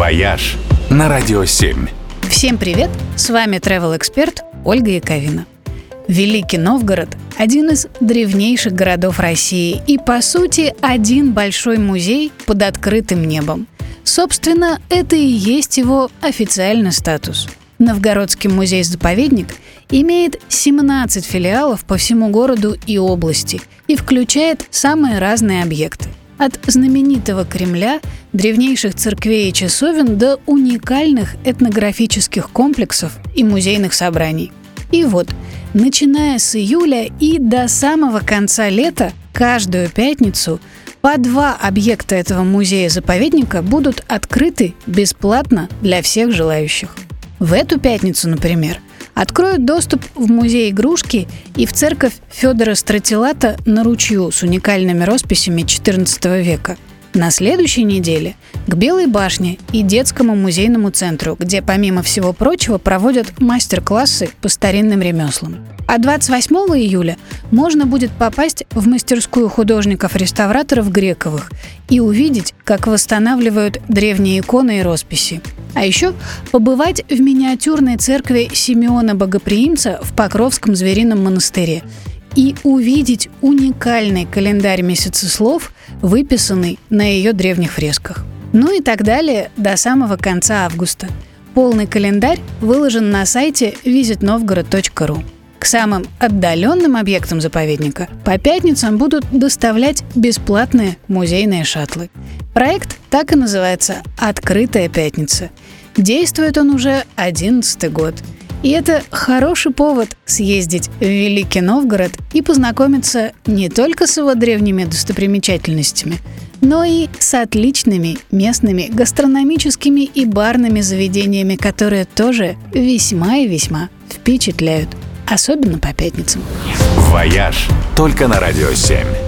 «Вояж» на Радио 7. Всем привет! С вами travel-эксперт Ольга Яковина. Великий Новгород – один из древнейших городов России и, по сути, один большой музей под открытым небом. Собственно, это и есть его официальный статус. Новгородский музей-заповедник имеет 17 филиалов по всему городу и области и включает самые разные объекты. От знаменитого Кремля, древнейших церквей и часовен до уникальных этнографических комплексов и музейных собраний. И вот, начиная с июля и до самого конца лета, каждую пятницу по 2 объекта этого музея-заповедника будут открыты бесплатно для всех желающих. В эту пятницу, например, откроют доступ в музей игрушки и в церковь Федора Стратилата на Ручью с уникальными росписями XIV века. На следующей неделе к Белой башне и детскому музейному центру, где, помимо всего прочего, проводят мастер-классы по старинным ремеслам. А 28 июля можно будет попасть в мастерскую художников-реставраторов Грековых и увидеть, как восстанавливают древние иконы и росписи. А еще побывать в миниатюрной церкви Симеона Богоприимца в Покровском зверином монастыре и увидеть уникальный календарь месяцеслов, выписанный на ее древних фресках. Ну и так далее до самого конца августа. Полный календарь выложен на сайте visitnovgorod.ru. К самым отдаленным объектам заповедника по пятницам будут доставлять бесплатные музейные шаттлы. Проект так и называется «Открытая пятница». Действует он уже 11-й год. И это хороший повод съездить в Великий Новгород и познакомиться не только с его древними достопримечательностями, но и с отличными местными гастрономическими и барными заведениями, которые тоже весьма и весьма впечатляют. Особенно по пятницам. «Вояж» только на Радио 7.